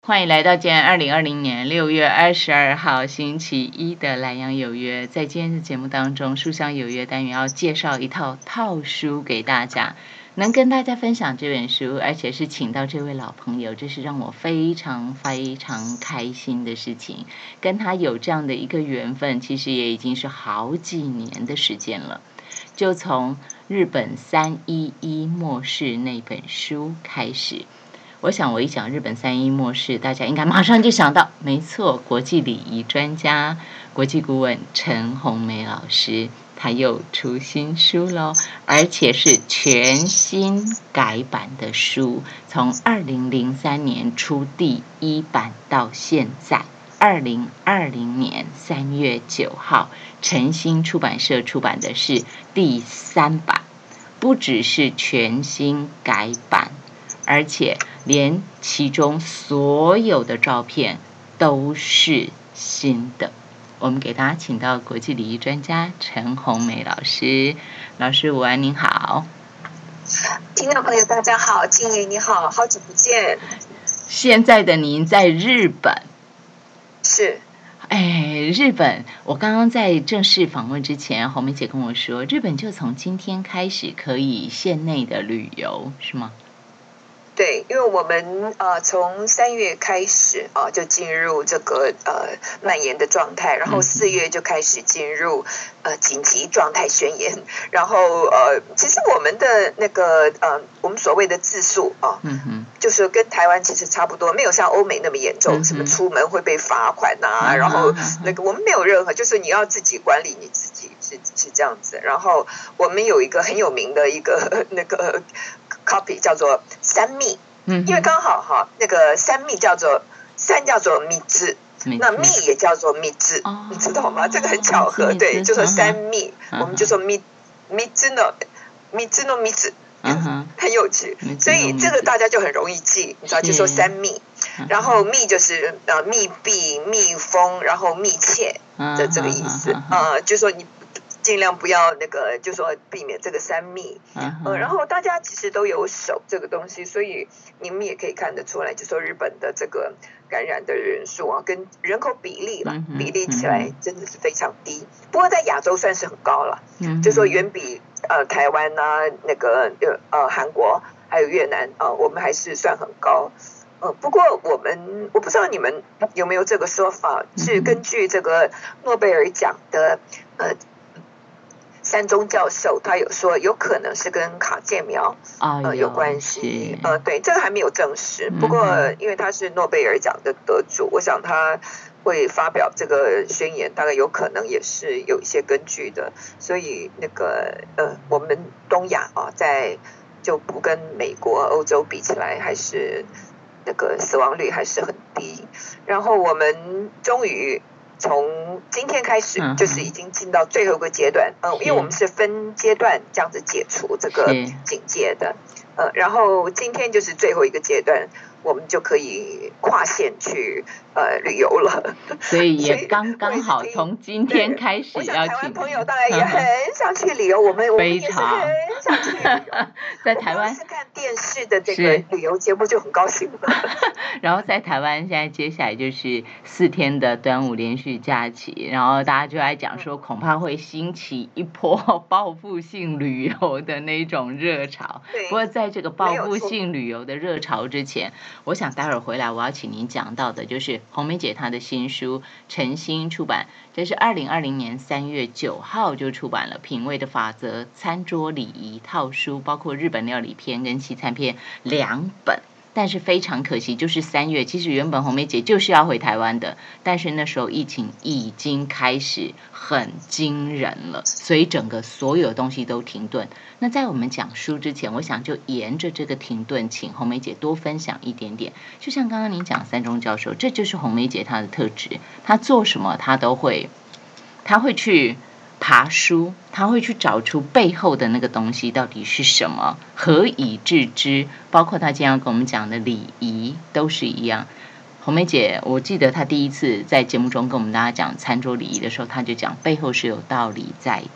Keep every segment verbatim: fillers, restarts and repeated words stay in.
欢迎来到今天二零二零年六月二十二号星期一的蓝洋有约。在今天的节目当中，书香有约单元要介绍一套套书给大家，能跟大家分享这本书，而且是请到这位老朋友，这是让我非常非常开心的事情。跟他有这样的一个缘分，其实也已经是好几年的时间了。就从日本三一一末世那本书开始。我想我一讲日本三一末世，大家应该马上就想到，没错，国际礼仪专家、国际顾问陈红梅老师，他又出新书咯，而且是全新改版的书，从二零零三年出第一版到现在二零二零年三月九号，晨星出版社出版的是第三版，不只是全新改版，而且连其中所有的照片都是新的。我们给大家请到国际礼仪专家陈红梅老师。老师午安，您好。 听众朋友大家好，静怡你好，好久不见。 现在的您在日本。 是。 哎，日本，我刚刚在正式访问之前，红梅姐跟我说，日本就从今天开始可以县内的旅游，是吗？ 对，因为我们呃从三月开始啊、呃、就进入这个呃蔓延的状态，然后四月就开始进入呃紧急状态宣言，然后呃其实我们的那个呃我们所谓的自诉啊，嗯哼，就是跟台湾其实差不多，没有像欧美那么严重，嗯、什么出门会被罚款啊，嗯、然后那个我们没有任何，就是你要自己管理你自己，是是这样子。然后我们有一个很有名的一个那个。copy 叫做三密，嗯，因为刚好哈，那个三密叫做三叫做密字，那密也叫做密字，哦，你知道吗？这个很巧合，对，就说三密，嗯、我们就说密密字呢，密字呢密字，嗯，很有趣，所以这个大家就很容易记，你知道，就说三密，然后密就是呃密闭、密封，然后密切的这个意思，呃，就说你。尽量不要那个，就说避免这个三密，呃，然后大家其实都有守这个东西，所以你们也可以看得出来，就说日本的这个感染的人数啊，跟人口比例啦，比例起来真的是非常低。不过在亚洲算是很高了，就说远比呃台湾啊，那个呃韩国还有越南啊、呃，我们还是算很高。呃，不过我们我不知道你们有没有这个说法，是根据这个诺贝尔奖的呃。山中教授他有说有可能是跟卡介苗、哦、呃有关系，呃对，这个还没有证实，不过因为他是诺贝尔奖的得主，我想他会发表这个宣言，大概有可能也是有一些根据的，所以那个呃我们东亚啊，在就不跟美国、欧洲比起来，还是那个死亡率还是很低，然后我们终于。从今天开始，就是已经进到最后一个阶段，嗯、呃，因为我们是分阶段这样子解除这个警戒的，呃，然后今天就是最后一个阶段，我们就可以跨线去呃旅游了。 所以也刚刚好从今天开始要去。我想台湾朋友当然也很想去旅游，我们我们也是很想去旅游。 在台湾是看电视的这个旅游节目就很高兴了。 然后在台湾现在接下来就是四天的端午连续假期，然后大家就在讲说，恐怕会兴起一波报复性旅游的那种热潮。不过在这个报复性旅游的热潮之前，我想待会儿回来我要请您讲到的就是红梅姐她的新书晨星出版，这是二零二零年三月九号就出版了，品味的法则餐桌礼仪套书，包括日本料理篇跟西餐篇两本。但是非常可惜，就是三月，其实原本红梅姐就是要回台湾的，但是那时候疫情已经开始很惊人了，所以整个所有东西都停顿。那在我们讲书之前，我想就沿着这个停顿，请红梅姐多分享一点点。就像刚刚您讲三中教授，这就是红梅姐她的特质，她做什么她都会，她会去爬书，他会去找出背后的那个东西到底是什么，何以治之，包括他今天要跟我们讲的礼仪都是一样。红梅姐，我记得她第一次在节目中跟我们大家讲餐桌礼仪的时候，她就讲背后是有道理在的，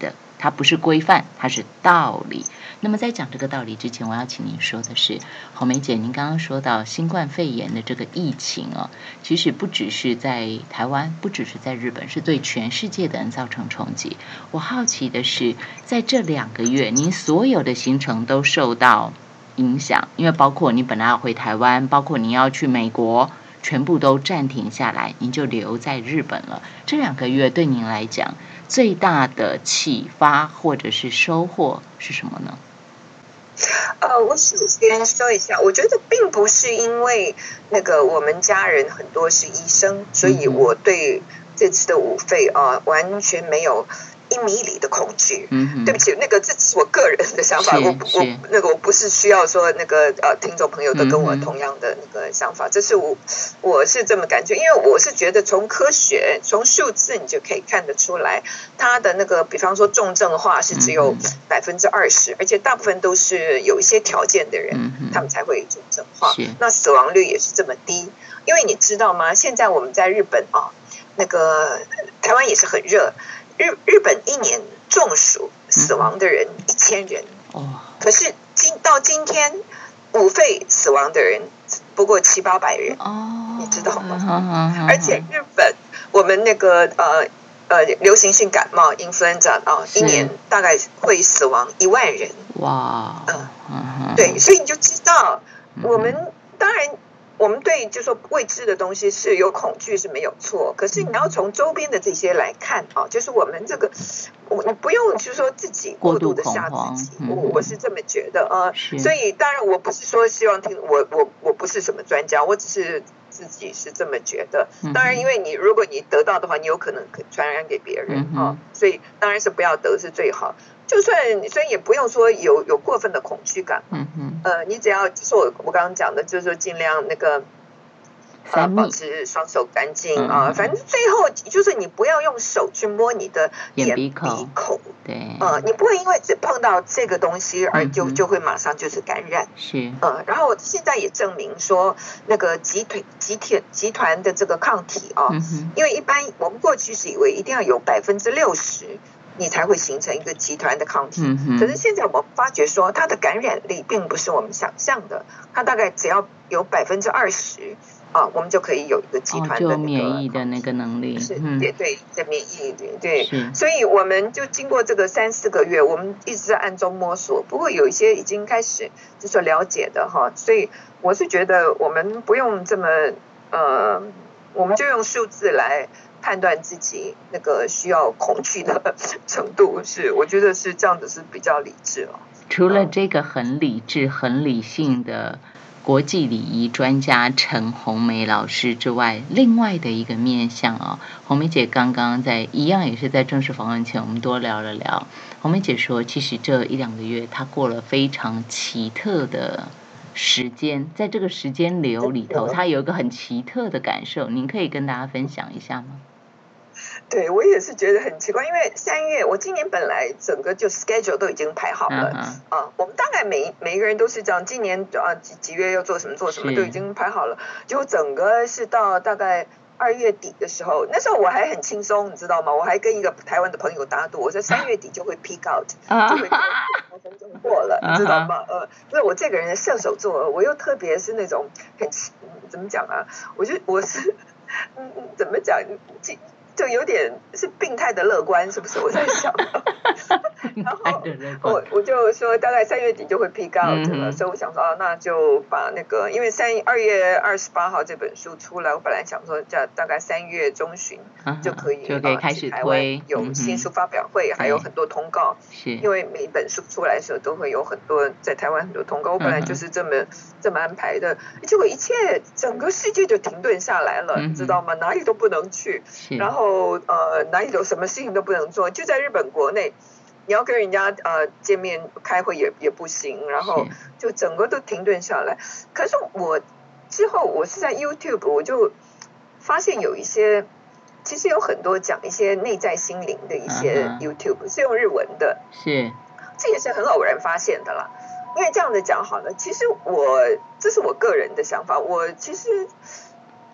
它不是规范，它是道理。那么在讲这个道理之前，我要请您说的是，红梅姐，您刚刚说到新冠肺炎的这个疫情哦，其实不只是在台湾，不只是在日本，是对全世界的人造成冲击。我好奇的是，在这两个月，您所有的行程都受到影响，因为包括你本来要回台湾，包括你要去美国，全部都暂停下来，您就留在日本了。这两个月对您来讲，最大的启发或者是收获是什么呢？ 呃，我首先说一下，我觉得并不是因为那个我们家人很多是医生，所以我对这次的武肺啊、呃、完全没有一米里的恐惧。嗯，对不起，那个这是我个人的想法，我我那个我不是需要说那个呃听众朋友都跟我同样的那个想法，嗯、这是我我是这么感觉，因为我是觉得从科学从数字你就可以看得出来，它的那个比方说重症化是只有百分之二十，而且大部分都是有一些条件的人，嗯、他们才会重症化，那死亡率也是这么低，因为你知道吗？现在我们在日本啊，那个台湾也是很热。日日本一年中暑死亡的人一千人，哦，可是今到今天武肺死亡的人不过七八百人，哦，你知道吗？而且日本我们那个呃呃流行性感冒 influenza 啊，一年大概会死亡一万人，哇，嗯、呃，对，所以你就知道我们当然。我们对就说未知的东西是有恐惧是没有错，可是你要从周边的这些来看啊，就是我们这个，我你不用就是说自己过度的吓自己，我我是这么觉得啊。所以当然我不是说希望听我我我不是什么专家，我只是自己是这么觉得。当然，因为你如果你得到的话，你有可能传染给别人啊，所以当然是不要得是最好。就算所以也不用说有有过分的恐惧感，嗯嗯，呃，你只要就是我我刚刚讲的，就是说尽量那个，呃，保持双手干净啊，反正最后就是你不要用手去摸你的眼鼻口，对，呃，你不会因为只碰到这个东西而就就会马上就是感染，是，呃，然后现在也证明说那个集团集体集团的这个抗体啊，因为一般我们过去是以为一定要有百分之六十。你才会形成一个集团的抗体，嗯、可是现在我们发觉说，它的感染力并不是我们想象的，它大概只要有百分之二十啊，我们就可以有一个集团的、那个哦、 免疫的那个能力， 是，嗯、对对的免疫力，对，所以我们就经过这个三四个月，我们一直在暗中摸索，不过有一些已经开始就说了解的哈，所以我是觉得我们不用这么呃，我们就用数字来。判断自己那个需要恐惧的程度是，我觉得是这样子是比较理智哦。 除了这个很理智、很理性的国际礼仪专家陈红梅老师之外，另外的一个面向哦，红梅姐刚刚在一样也是在正式访问前，我们多聊了聊。红梅姐说，其实这一两个月她过了非常奇特的时间，在这个时间流里头，她有一个很奇特的感受，您可以跟大家分享一下吗？ 对，我也是觉得很奇怪，因为三月我今年本来整个就 schedule 都已经排好了、uh-huh. 啊，我们大概每每一个人都是这样，今年啊几几月要做什么做什么都已经排好了，结果整个是到大概二月底的时候，那时候我还很轻松，你知道吗？我还跟一个台湾的朋友打赌，我说三月底就会 peak out， 就会五分钟过了，你知道吗？呃，因为我这个人的射手座，我又特别是那种很怎么讲啊？我就我是嗯怎么讲？就有点是病态的乐观，是不是？我在想，然后我我就说大概三月底就会 pick out 了、嗯，所以我想说、啊、那就把那个，因为三二月二十八号这本书出来，我本来想说大大概三月中旬就可以、 啊、就可以开始推， 有新书发表会，嗯、还有很多通告，因为每一本书出来的时候都会有很多在台湾很多通告，我本来就是这么、嗯、这么安排的，结果一切整个世界就停顿下来了，嗯、你知道吗？哪里都不能去，然后。呃，哪里有什么事情都不能做，就在日本国内，你要跟人家呃见面开会也也不行，然后就整个都停顿下来。可是我之后我是在 YouTube， 我就发现有一些，其实有很多讲一些内在心灵的一些 YouTube、uh-huh. 是用日文的， 是， 这也是很偶然发现的啦。因为这样的讲好了，其实我这是我个人的想法，我其实。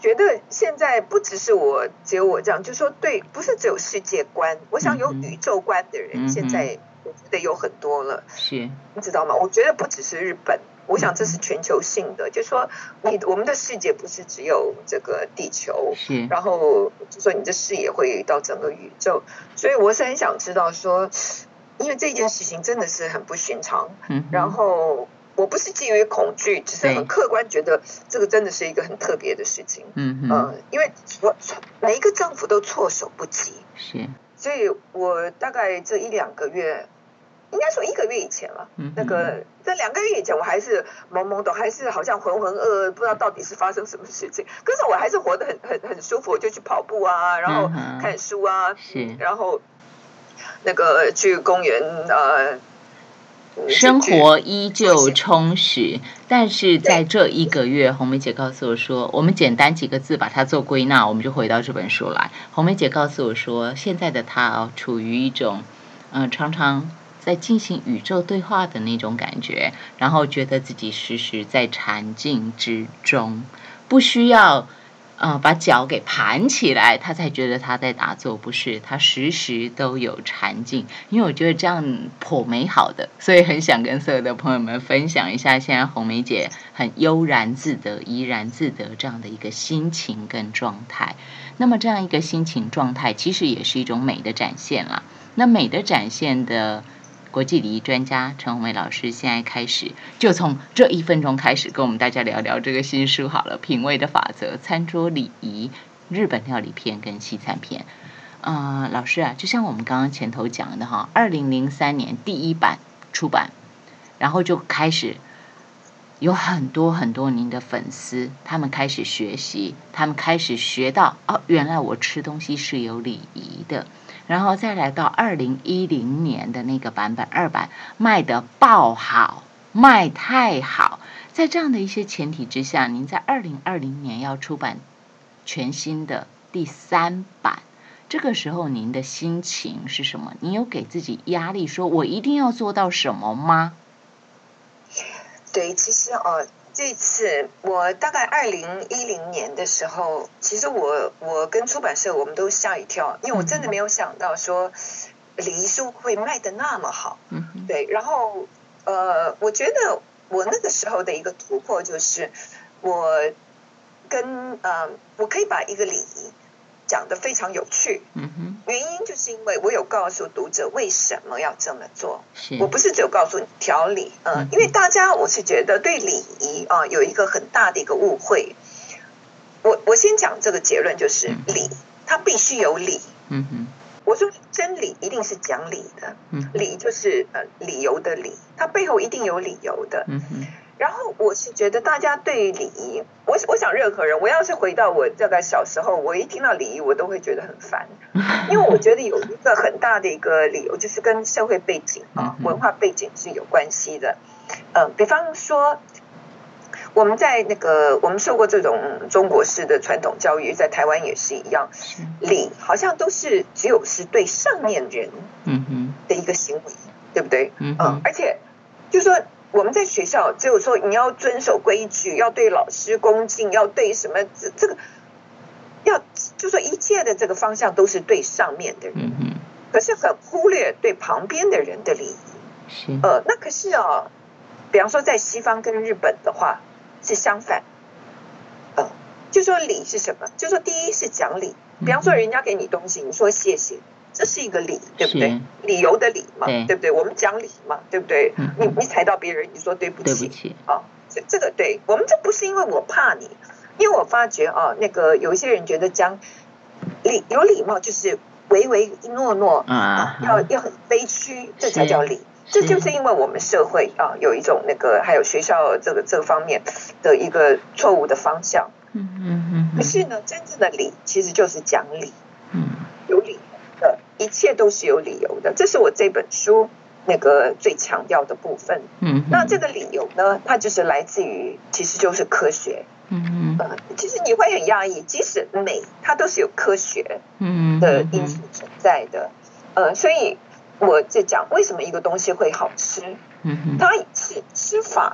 觉得现在不只是我，只有我这样，就说对，不是只有世界观，我想有宇宙观的人， 嗯、 现在我觉得有很多了， 是， 你知道吗？我觉得不只是日本，我想这是全球性的，嗯、就说你我们的世界不是只有这个地球， 是， 然后就说你的视野会到整个宇宙，所以我是很想知道说，因为这件事情真的是很不寻常， 嗯、 然后。我不是基于恐惧，只是很客观觉得这个真的是一个很特别的事情。 嗯呃、因为我每一个政府都措手不及， 是， 所以我大概这一两个月，应该说一个月以前了， 嗯、 那个在两个月以前我还是懵懵懂，还是好像浑浑噩噩，不知道到底是发生什么事情。可是我还是活得很很很舒服，我就去跑步啊，然后看书啊， 是， 然后那个去公园呃。 生活依旧充实，但是在这一个月，红梅姐告诉我说，我们简单几个字把它做归纳，我们就回到这本书来。红梅姐告诉我说，现在的她哦，处于一种，嗯、呃，常常在进行宇宙对话的那种感觉，然后觉得自己时时在禅境之中，不需要。呃，把脚给盘起来，他才觉得他在打坐，不是？他时时都有禅境，因为我觉得这样颇美好的，所以很想跟所有的朋友们分享一下，现在红梅姐很悠然自得、怡然自得这样的一个心情跟状态。那么这样一个心情状态，其实也是一种美的展现啦。那美的展现的。国际礼仪专家陈红梅老师现在开始，就从这一分钟开始跟我们大家聊聊这个新书好了，《品味的法则：餐桌礼仪、日本料理篇跟西餐篇》。呃，老师啊，就像我们刚刚前头讲的哈，二零零三年第一版出版，然后就开始有很多很多您的粉丝，他们开始学习，他们开始学到哦，原来我吃东西是有礼仪的。然后再来到二零一零年的那个版本二版，卖得爆好，卖太好。在这样的一些前提之下，您在二零二零年要出版全新的第三版，这个时候您的心情是什么？你有给自己压力，说我一定要做到什么吗？ 对，其实呃。这次我大概二零一零年的时候，其实我我跟出版社我们都吓一跳，因为我真的没有想到说礼仪书会卖得那么好。 嗯， 对，然后呃，我觉得我那个时候的一个突破就是我跟呃，我可以把一个礼仪讲得非常有趣。 嗯哼， 原因就是因为我有告诉读者为什么要这么做， 是我不是只有告诉你条理，嗯、呃，因为大家我是觉得对礼仪啊、呃、有一个很大的一个误会。我我先讲这个结论，就是礼它必须有理。 嗯哼， 我说真理一定是讲理的， 嗯， 理就是呃理由的理，它背后一定有理由的。 嗯哼。 然后我是觉得大家对礼仪，我我想任何人，我要是回到我大概小时候，我一听到礼仪，我都会觉得很烦，因为我觉得有一个很大的一个理由，就是跟社会背景啊、文化背景是有关系的。呃，比方说，我们在那个我们受过这种中国式的传统教育，在台湾也是一样，礼好像都是只有是对上面人的一个行为，对不对？ 嗯、 呃，而且就是说。我们在学校只有说你要遵守规矩，要对老师恭敬，要对什么这这个，要就说一切的这个方向都是对上面的人， 嗯、 可是很忽略对旁边的人的礼仪。 是呃，那可是啊，比方说在西方跟日本的话是相反，呃，就说礼是什么？就说第一是讲理，比方说人家给你东西，你说谢谢。这是一个理，对不对？理由的理嘛， 对, 对不对？我们讲理嘛，对不对？嗯、你你踩到别人，你说对不起， 对不起啊，这这个对我们这不是因为我怕你，因为我发觉啊，那个有一些人觉得讲礼有礼貌就是唯唯诺诺啊， 啊要要很卑屈，这才叫礼。这就是因为我们社会啊有一种那个，还有学校这个这个方面的一个错误的方向。 嗯嗯嗯。 可是呢，真正的礼其实就是讲理， 嗯， 有理。一切都是有理由的，这是我这本书那个最强调的部分。 嗯， 那这个理由呢，它就是来自于，其实就是科学。 嗯呃，其实你会很讶异，即使美，它都是有科学的因素存在的。呃，所以我在讲为什么一个东西会好吃， 嗯， 它是吃法，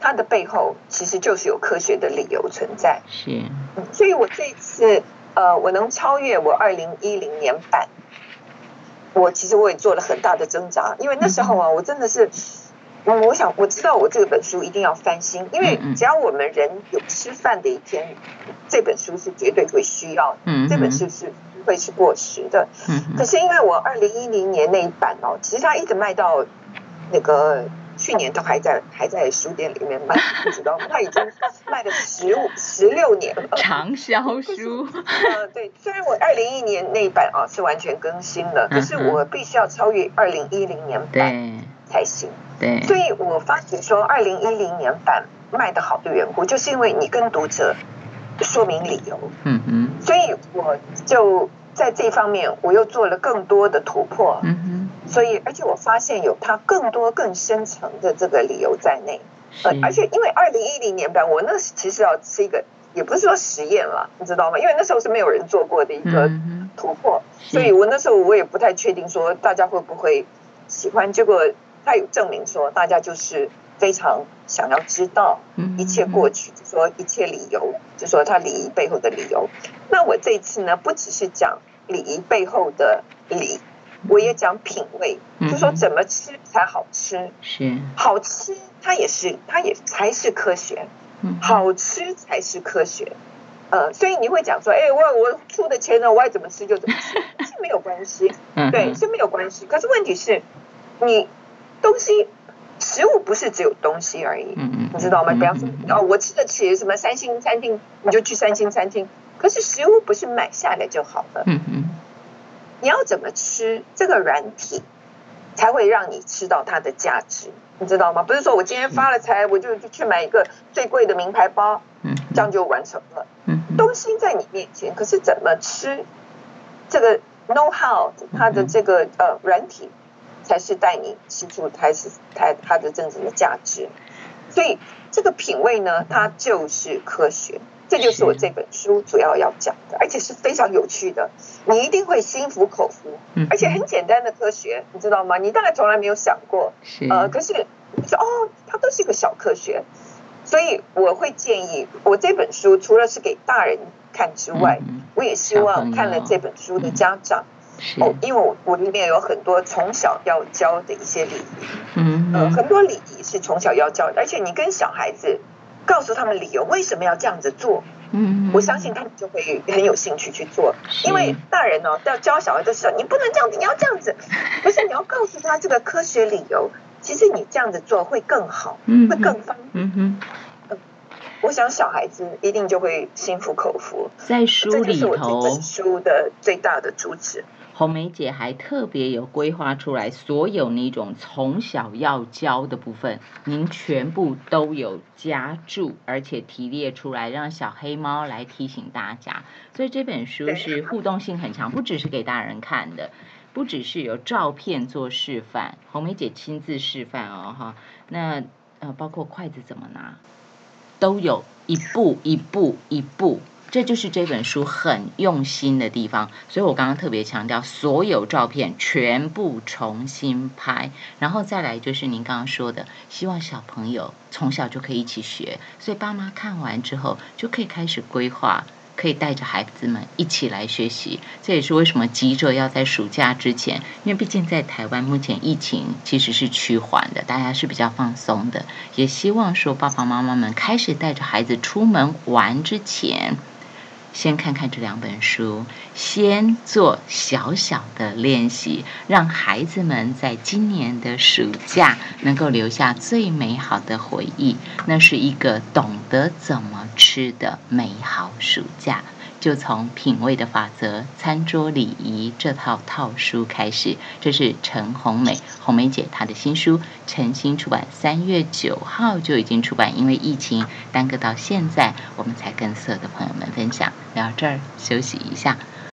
它的背后其实就是有科学的理由存在。 是， 嗯、所以我这一次呃，我能超越我二零一零年版，我其实我也做了很大的挣扎，因为那时候啊，我真的是。嗯，我想我知道我这本书一定要翻新，因为只要我们人有吃饭的一天，这本书是绝对会需要的，嗯、这本书是不会是过时的。嗯、可是因为我二零一零年那一版哦，其实它一直卖到那个去年都还在还在书店里面卖，你知道吗？它已经卖了十五十六年了， 畅销书。 呃，对，虽然我二零一零年那一版啊是完全更新了，可是我必须要超越二零一零年版才行。 对， 所以我发觉说，二零一零年版卖得好的缘故，就是因为你跟读者说明理由。嗯嗯。所以我就在这方面，我又做了更多的突破。嗯哼。所以，而且我发现有它更多更深层的这个理由在内。呃，而且因为二零一零年版，我那其实要是一个，也不是说实验了，你知道吗？因为那时候是没有人做过的一个突破，嗯、所以我那时候我也不太确定说大家会不会喜欢。结果。他有证明说，大家就是非常想要知道一切过去，就说一切理由，就说他礼仪背后的理由。那我这次呢，不只是讲礼仪背后的礼，我也讲品味，就说怎么吃才好吃，是好吃，它也是，它也才是科学，好吃才是科学。呃，所以你会讲说，哎，我我出的钱呢，我爱怎么吃就怎么吃，是没有关系，对，是没有关系。可是问题是，你。东西，食物不是只有东西而已，嗯、你知道吗？比方说，哦，我吃得起什么三星餐厅，你就去三星餐厅。可是食物不是买下来就好了，嗯嗯，你要怎么吃这个软体，才会让你吃到它的价值，你知道吗？不是说我今天发了财，我就去买一个最贵的名牌包，嗯，这样就完成了。嗯，东西在你面前，可是怎么吃，这个 know how 它的这个呃软体。才是带你吃出才是它它的真正的价值，所以这个品味呢，它就是科学，这就是我这本书主要要讲的，而且是非常有趣的，你一定会心服口服，而且很简单的科学，你知道吗？你大概从来没有想过，呃，可是你说哦，它都是一个小科学，所以我会建议，我这本书除了是给大人看之外，我也希望看了这本书的家长。哦，因为我我里面有很多从小要教的一些礼仪，嗯，呃，很多礼仪是从小要教的，而且你跟小孩子告诉他们理由，为什么要这样子做，嗯，我相信他们就会很有兴趣去做。因为大人哦，要教小孩的时候，你不能这样子，你要这样子，不是你要告诉他这个科学理由，其实你这样子做会更好，会更方便。嗯哼。我想小孩子一定就会心服口服， 在书里头， 这就是我这本书的最大的主旨。 红梅姐还特别有规划出来，所有那种从小要教的部分，您全部都有加注，而且提列出来，让小黑猫来提醒大家。所以这本书是互动性很强，不只是给大人看的，不只是有照片做示范，红梅姐亲自示范哦，哈。那呃，包括筷子怎么拿。都有一步一步一步，这就是这本书很用心的地方。所以我刚刚特别强调，所有照片全部重新拍，然后再来就是您刚刚说的，希望小朋友从小就可以一起学，所以爸妈看完之后就可以开始规划，可以带着孩子们一起来学习。这也是为什么急着要在暑假之前，因为毕竟在台湾目前疫情其实是趋缓的，大家是比较放松的，也希望说爸爸妈妈们开始带着孩子出门玩之前，先看看这两本书，先做小小的练习，让孩子们在今年的暑假能够留下最美好的回忆，那是一个懂得怎么吃的美好暑假。就从品味的法则、餐桌礼仪这套套书开始。这是陈红梅，红梅姐她的新书，诚心出版，三月九号就已经出版，因为疫情耽搁到现在，我们才跟所有的朋友们分享。聊这儿休息一下。